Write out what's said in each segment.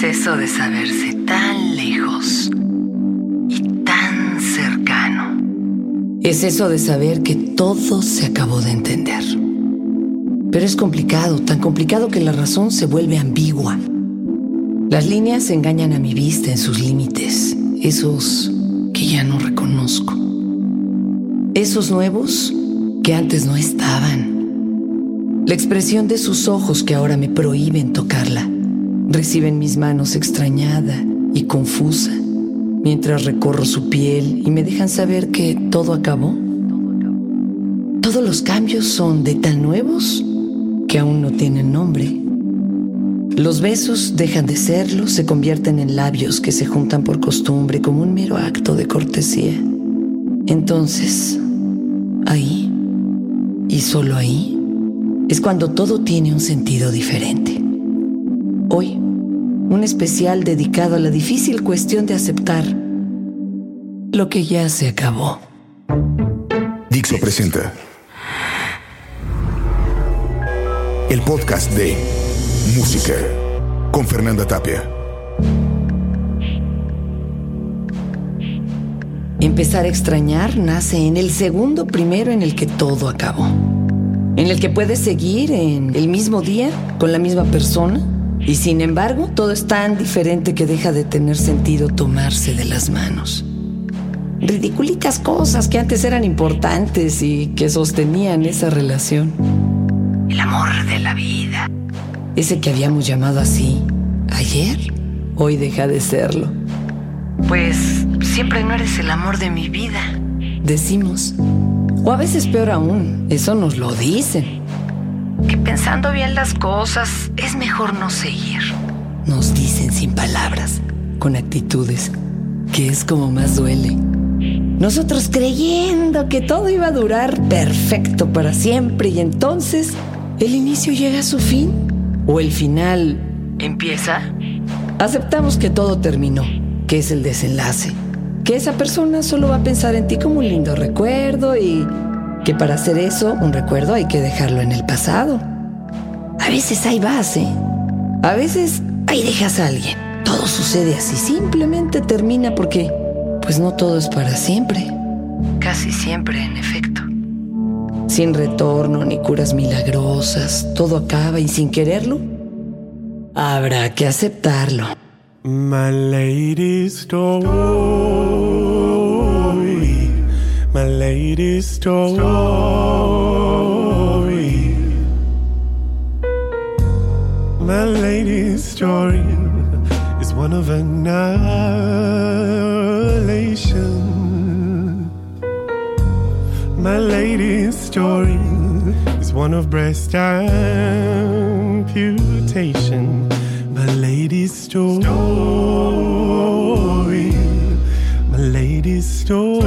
Es eso de saberse tan lejos y tan cercano. Es eso de saber que todo se acabó de entender. Pero es complicado, tan complicado que la razón se vuelve ambigua. Las líneas engañan a mi vista en sus límites, esos que ya no reconozco. Esos nuevos que antes no estaban. La expresión de sus ojos que ahora me prohíben tocarla. Reciben mis manos extrañada y confusa, mientras recorro su piel y me dejan saber que todo acabó. Todos los cambios son de tan nuevos que aún no tienen nombre. Los besos dejan de serlo, se convierten en labios que se juntan por costumbre como un mero acto de cortesía. Entonces, ahí, y solo ahí, es cuando todo tiene un sentido diferente. Hoy, un especial dedicado a la difícil cuestión de aceptar lo que ya se acabó. Dixo presenta el podcast de Música con Fernanda Tapia. Empezar a extrañar nace en el segundo primero en el que todo acabó. En el que puedes seguir en el mismo día con la misma persona y sin embargo todo es tan diferente que deja de tener sentido tomarse de las manos. Ridiculitas cosas que antes eran importantes y que sostenían esa relación. El amor de la vida. Ese que habíamos llamado así ayer, hoy deja de serlo. Pues siempre no eres el amor de mi vida, decimos. O a veces peor aún, eso nos lo dicen. Que pensando bien las cosas es mejor no seguir. Nos dicen sin palabras, con actitudes, que es como más duele. Nosotros creyendo que todo iba a durar perfecto para siempre y entonces el inicio llega a su fin o el final empieza. Aceptamos que todo terminó, que es el desenlace, que esa persona solo va a pensar en ti como un lindo recuerdo y que para hacer eso, un recuerdo hay que dejarlo en el pasado. A veces ahí vas, a veces ahí dejas a alguien. Todo sucede así, simplemente termina porque pues no todo es para siempre. Casi siempre, en efecto. Sin retorno ni curas milagrosas, todo acaba y sin quererlo, habrá que aceptarlo. My lady's story, my lady's story, my lady's story is one of annihilation. My lady's story is one of breast amputation. My lady's story, my lady's story.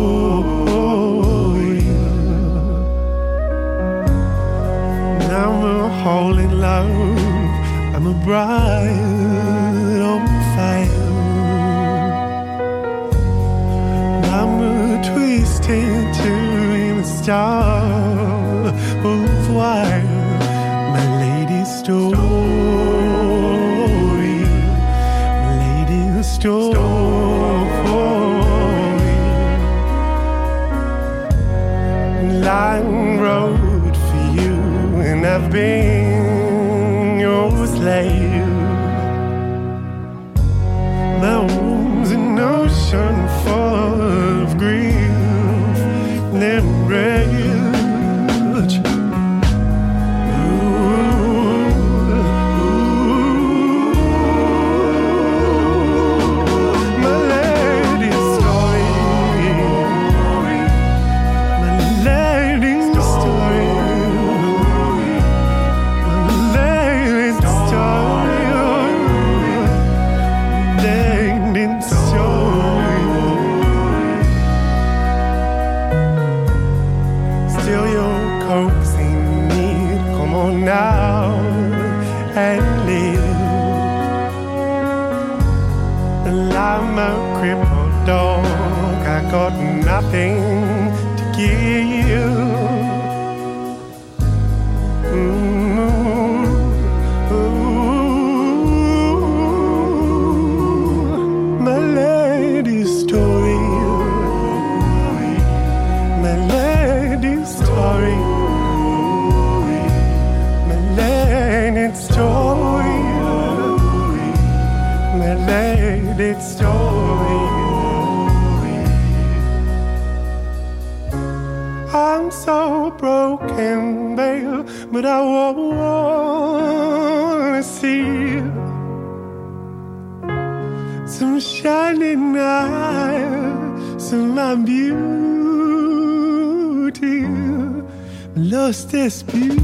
I'm a hole in love, I'm a bride on fire. I'm a twisted to the star of wire. My lady's story. Story. Long road for you, and I've been your slave. My womb's an ocean full of grief, then rage. I'm a crippled dog, I got nothing to give. Atlantic story. I'm so broken, babe, but I wanna see some shining eyes, some my beauty, lost this beauty,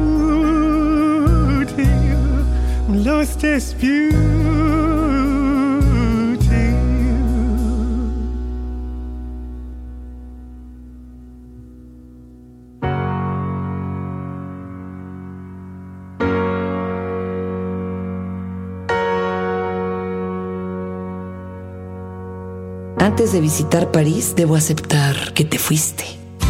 lost this beauty. Antes de visitar París, debo aceptar que te fuiste.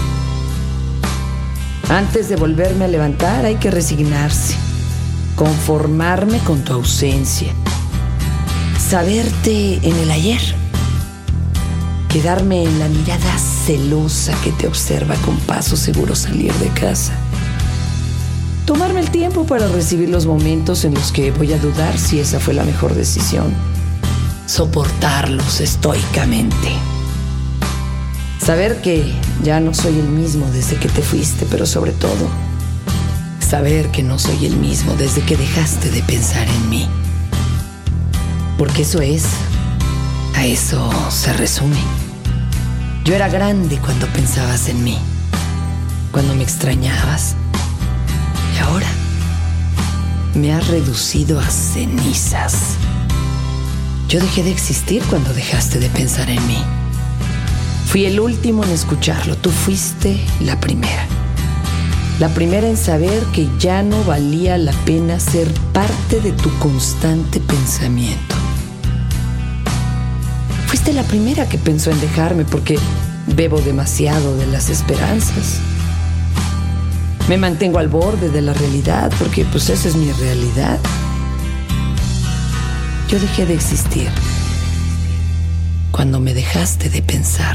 Antes de volverme a levantar, hay que resignarse, conformarme con tu ausencia, saberte en el ayer, quedarme en la mirada celosa que te observa con paso seguro salir de casa, tomarme el tiempo para recibir los momentos en los que voy a dudar si esa fue la mejor decisión, soportarlos estoicamente. Saber que ya no soy el mismo desde que te fuiste, pero sobre todo, saber que no soy el mismo desde que dejaste de pensar en mí. Porque eso es, a eso se resume. Yo era grande cuando pensabas en mí, cuando me extrañabas. Y ahora me has reducido a cenizas. Yo dejé de existir cuando dejaste de pensar en mí. Fui el último en escucharlo. Tú fuiste la primera. La primera en saber que ya no valía la pena ser parte de tu constante pensamiento. Fuiste la primera que pensó en dejarme porque bebo demasiado de las esperanzas. Me mantengo al borde de la realidad porque pues esa es mi realidad. Yo dejé de existir cuando me dejaste de pensar.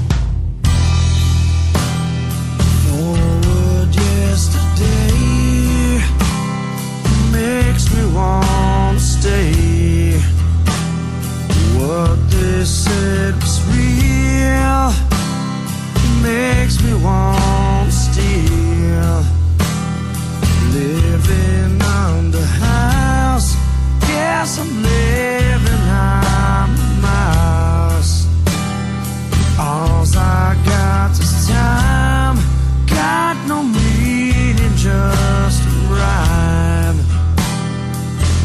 Forward yesterday makes me want to stay. What they said was real makes me want to steal. Living under house, guess I'm living on miles. All I got is time, got no meaning, just a rhyme.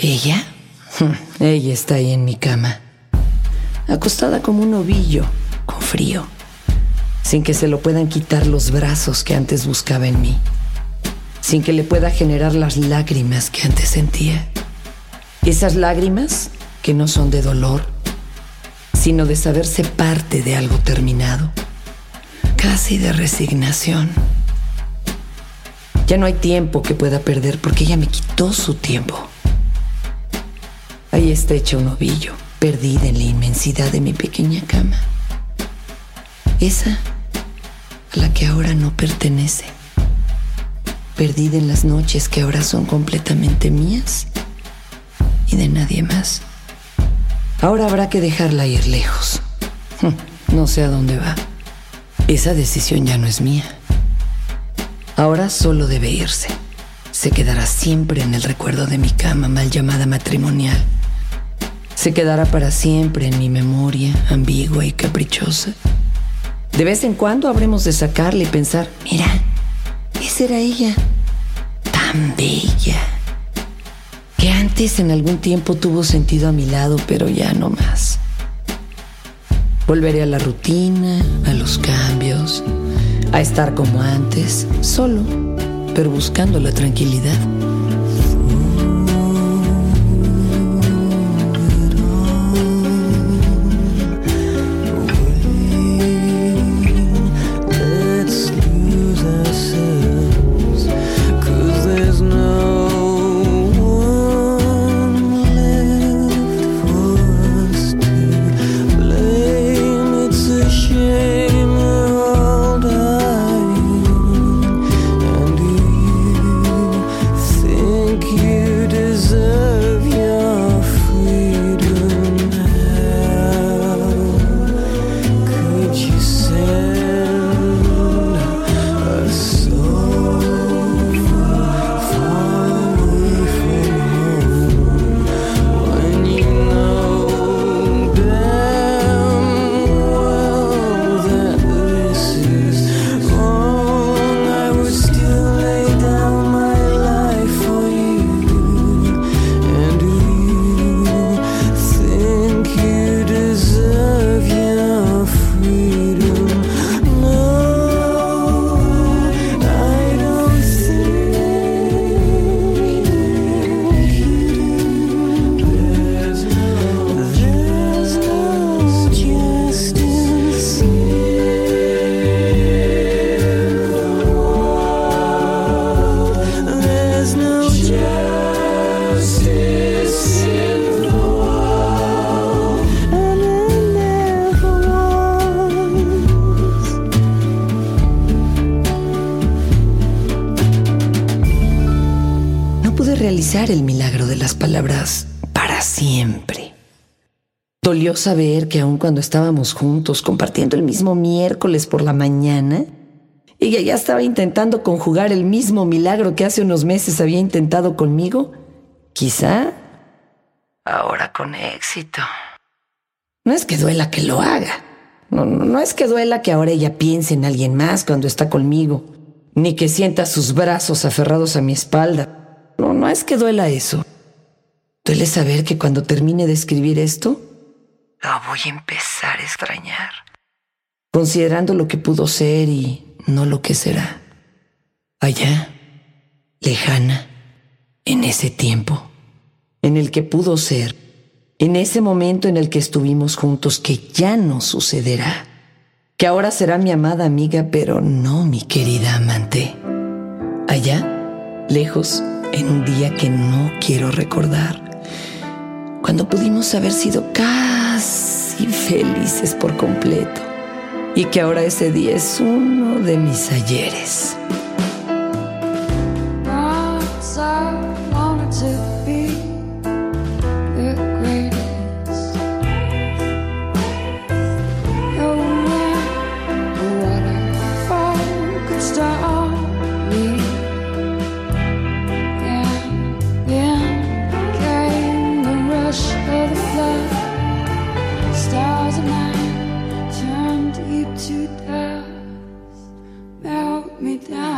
¿Ella? Ella está ahí en mi cama, acostada como un ovillo, con frío, sin que se lo puedan quitar los brazos que antes buscaba en mí, sin que le pueda generar las lágrimas que antes sentía. Esas lágrimas que no son de dolor, sino de saberse parte de algo terminado, casi de resignación. Ya no hay tiempo que pueda perder porque ella me quitó su tiempo. Ahí está hecha un ovillo, perdida en la inmensidad de mi pequeña cama. Esa a la que ahora no pertenece. Perdida en las noches que ahora son completamente mías y de nadie más. Ahora habrá que dejarla ir lejos. No sé a dónde va. Esa decisión ya no es mía. Ahora solo debe irse. Se quedará siempre en el recuerdo de mi cama mal llamada matrimonial. Se quedará para siempre en mi memoria ambigua y caprichosa. De vez en cuando habremos de sacarle y pensar, mira, esa era ella, tan bella, que antes en algún tiempo tuvo sentido a mi lado, pero ya no más. Volveré a la rutina, a los cambios, a estar como antes, solo, pero buscando la tranquilidad. Realizar el milagro de las palabras para siempre. Dolió saber que aun cuando estábamos juntos compartiendo el mismo miércoles por la mañana, ella ya estaba intentando conjugar el mismo milagro que hace unos meses había intentado conmigo, quizá ahora con éxito. No es que duela que lo haga, no es que duela que ahora ella piense en alguien más cuando está conmigo, ni que sienta sus brazos aferrados a mi espalda. No es que duela eso. Duele saber que cuando termine de escribir esto, la voy a empezar a extrañar, considerando lo que pudo ser y no lo que será. Allá, lejana, en ese tiempo, en el que pudo ser, en ese momento en el que estuvimos juntos, que ya no sucederá, que ahora será mi amada amiga, pero no mi querida amante. Allá, lejos, en un día que no quiero recordar, cuando pudimos haber sido casi felices por completo, y que ahora ese día es uno de mis ayeres. Me down.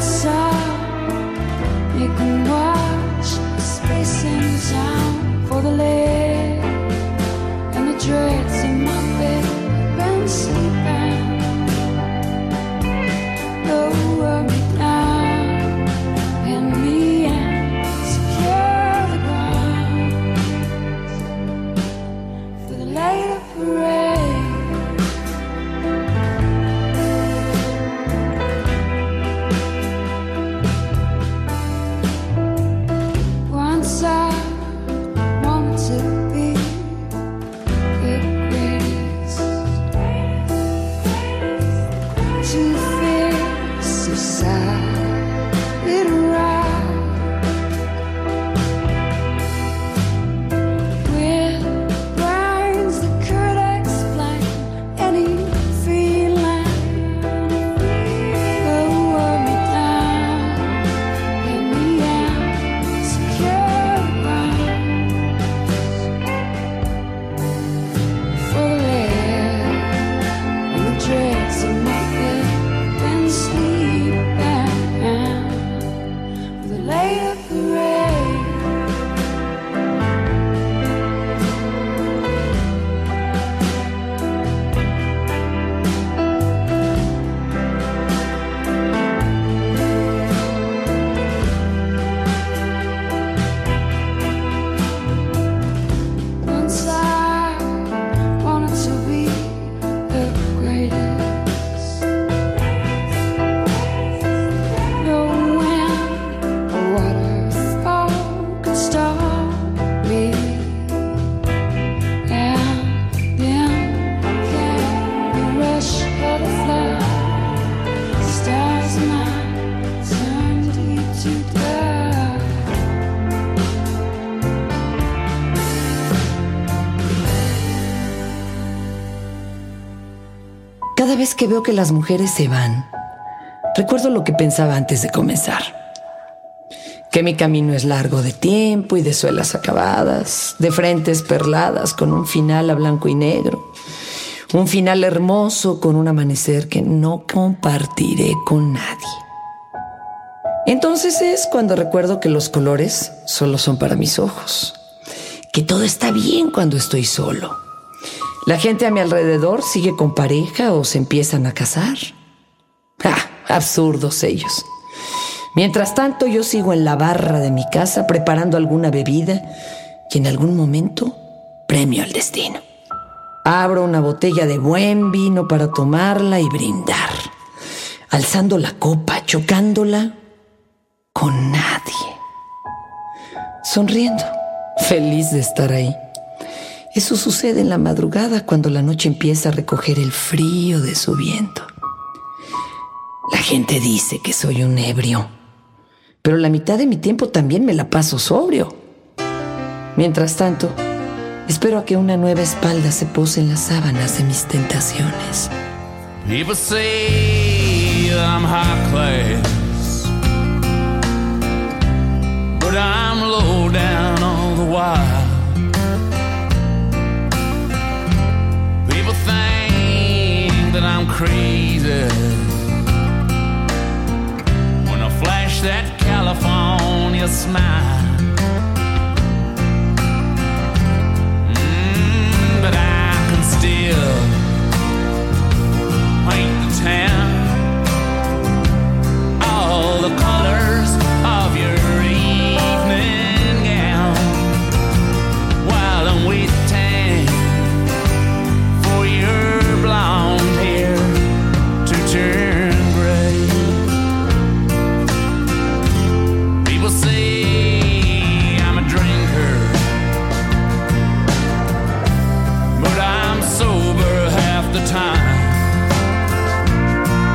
Cada vez que veo que las mujeres se van, recuerdo lo que pensaba antes de comenzar. Que mi camino es largo de tiempo y de suelas acabadas, de frentes perladas con un final a blanco y negro. Un final hermoso con un amanecer que no compartiré con nadie. Entonces es cuando recuerdo que los colores solo son para mis ojos. Que todo está bien cuando estoy solo. La gente a mi alrededor sigue con pareja o se empiezan a casar. Absurdos ellos. Mientras tanto, yo sigo en la barra de mi casa preparando alguna bebida y en algún momento premio al destino. Abro una botella de buen vino para tomarla y brindar, alzando la copa, chocándola con nadie. Sonriendo, feliz de estar ahí. Eso sucede en la madrugada cuando la noche empieza a recoger el frío de su viento. La gente dice que soy un ebrio, pero la mitad de mi tiempo también me la paso sobrio. Mientras tanto, espero a que una nueva espalda se pose en las sábanas de mis tentaciones. People say I'm high class, but I'm low down all the while. People think that I'm crazy when I flash that California smile. But I can still paint the town all the colors of your evening gown, while I'm waiting for your blonde hair to turn gray. People say I'm a drinker, but I'm sober half the time.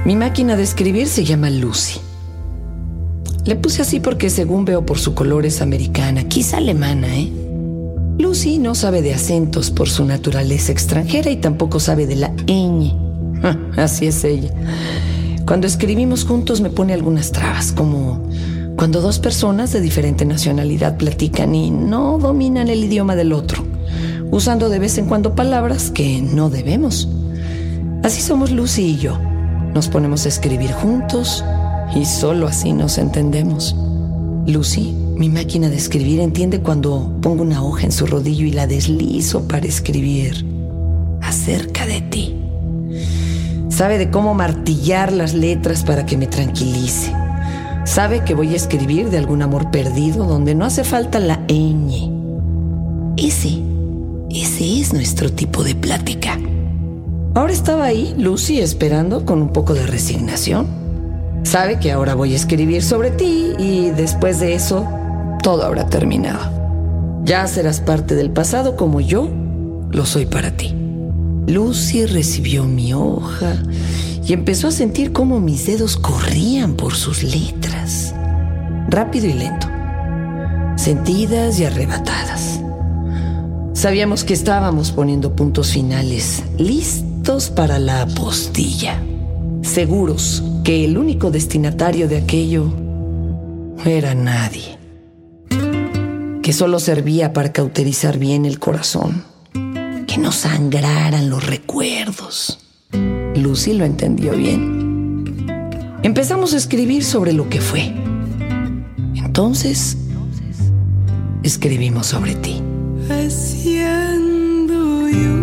Mi máquina de escribir se llama Lucy. Le puse así porque según veo por su color es americana, quizá alemana, Lucy no sabe de acentos por su naturaleza extranjera y tampoco sabe de la ñ. Así es ella. Cuando escribimos juntos me pone algunas trabas, como cuando dos personas de diferente nacionalidad platican y no dominan el idioma del otro, usando de vez en cuando palabras que no debemos. Así somos Lucy y yo. Nos ponemos a escribir juntos y solo así nos entendemos. Lucy, mi máquina de escribir, entiende cuando pongo una hoja en su rodillo y la deslizo para escribir acerca de ti. Sabe de cómo martillar las letras para que me tranquilice. Sabe que voy a escribir de algún amor perdido donde no hace falta la ñ. Ese es nuestro tipo de plática. Ahora estaba ahí, Lucy, esperando con un poco de resignación. Sabe que ahora voy a escribir sobre ti y después de eso, todo habrá terminado. Ya serás parte del pasado como yo lo soy para ti. Lucy recibió mi hoja y empezó a sentir cómo mis dedos corrían por sus letras, rápido y lento, sentidas y arrebatadas. Sabíamos que estábamos poniendo puntos finales, listos para la apostilla, seguros que el único destinatario de aquello era nadie, que solo servía para cauterizar bien el corazón, que no sangraran los recuerdos. Lucy lo entendió bien. Empezamos a escribir sobre lo que fue. Entonces, escribimos sobre ti. Haciendo yo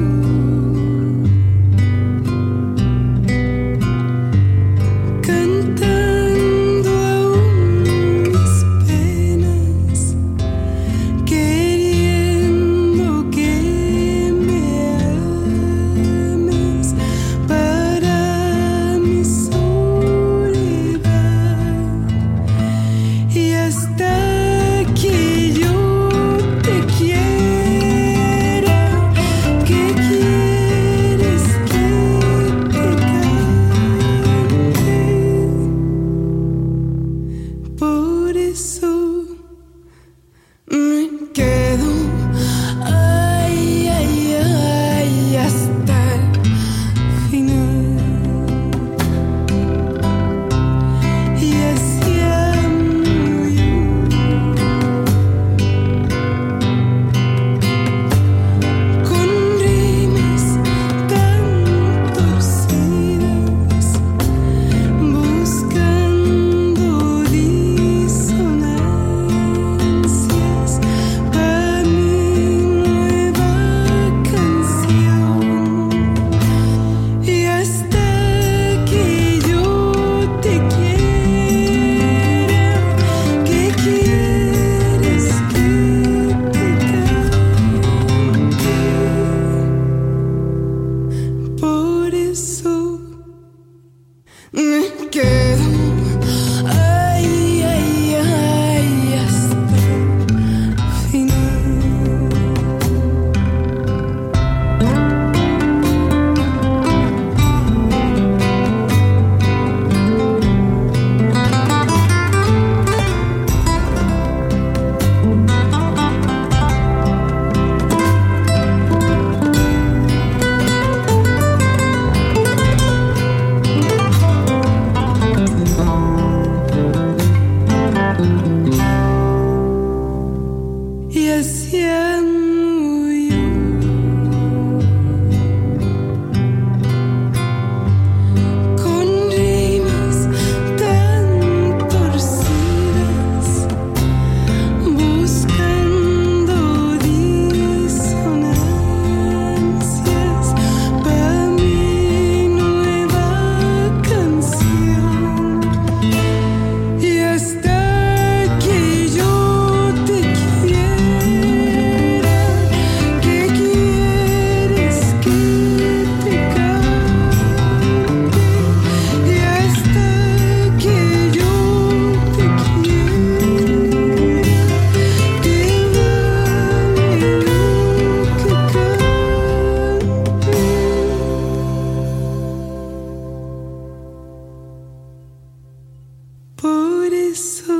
Por eso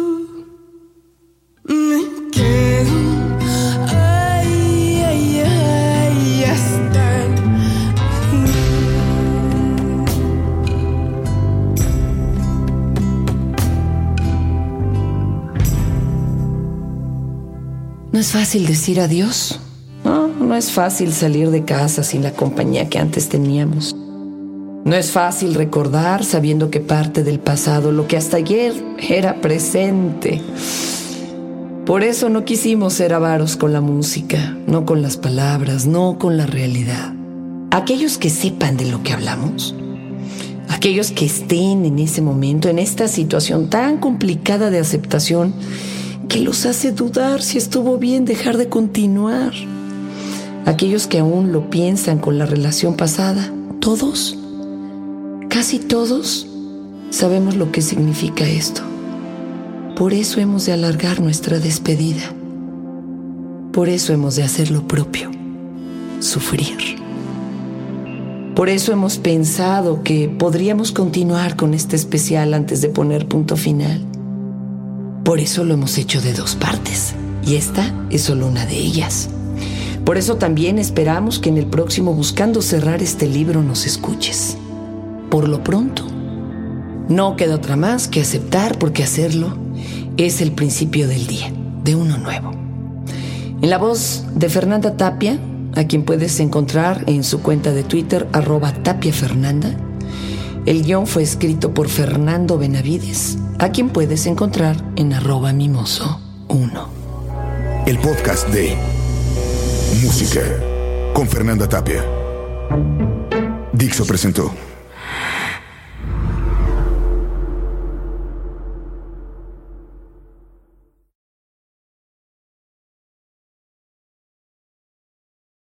me quedo. Ay, ay, ay, hasta el No es fácil decir adiós. No es fácil salir de casa sin la compañía que antes teníamos. No es fácil recordar sabiendo que parte del pasado, lo que hasta ayer era presente. Por eso no quisimos ser avaros con la música, no con las palabras, no con la realidad. Aquellos que sepan de lo que hablamos, aquellos que estén en ese momento, en esta situación tan complicada de aceptación, que los hace dudar si estuvo bien dejar de continuar. Aquellos que aún lo piensan con la relación pasada, todos, casi todos, sabemos lo que significa esto. Por eso hemos de alargar nuestra despedida. Por eso hemos de hacer lo propio, sufrir. Por eso hemos pensado que podríamos continuar con este especial antes de poner punto final. Por eso lo hemos hecho de 2 partes, y esta es solo una de ellas. Por eso también esperamos que en el próximo Buscando Cerrar este libro nos escuches. Por lo pronto, no queda otra más que aceptar, porque hacerlo es el principio del día, de uno nuevo. En la voz de Fernanda Tapia, a quien puedes encontrar en su cuenta de Twitter, @TapiaFernanda. El guión fue escrito por Fernando Benavides, a quien puedes encontrar en @mimoso1. El podcast de Música con Fernanda Tapia. Dixo presentó.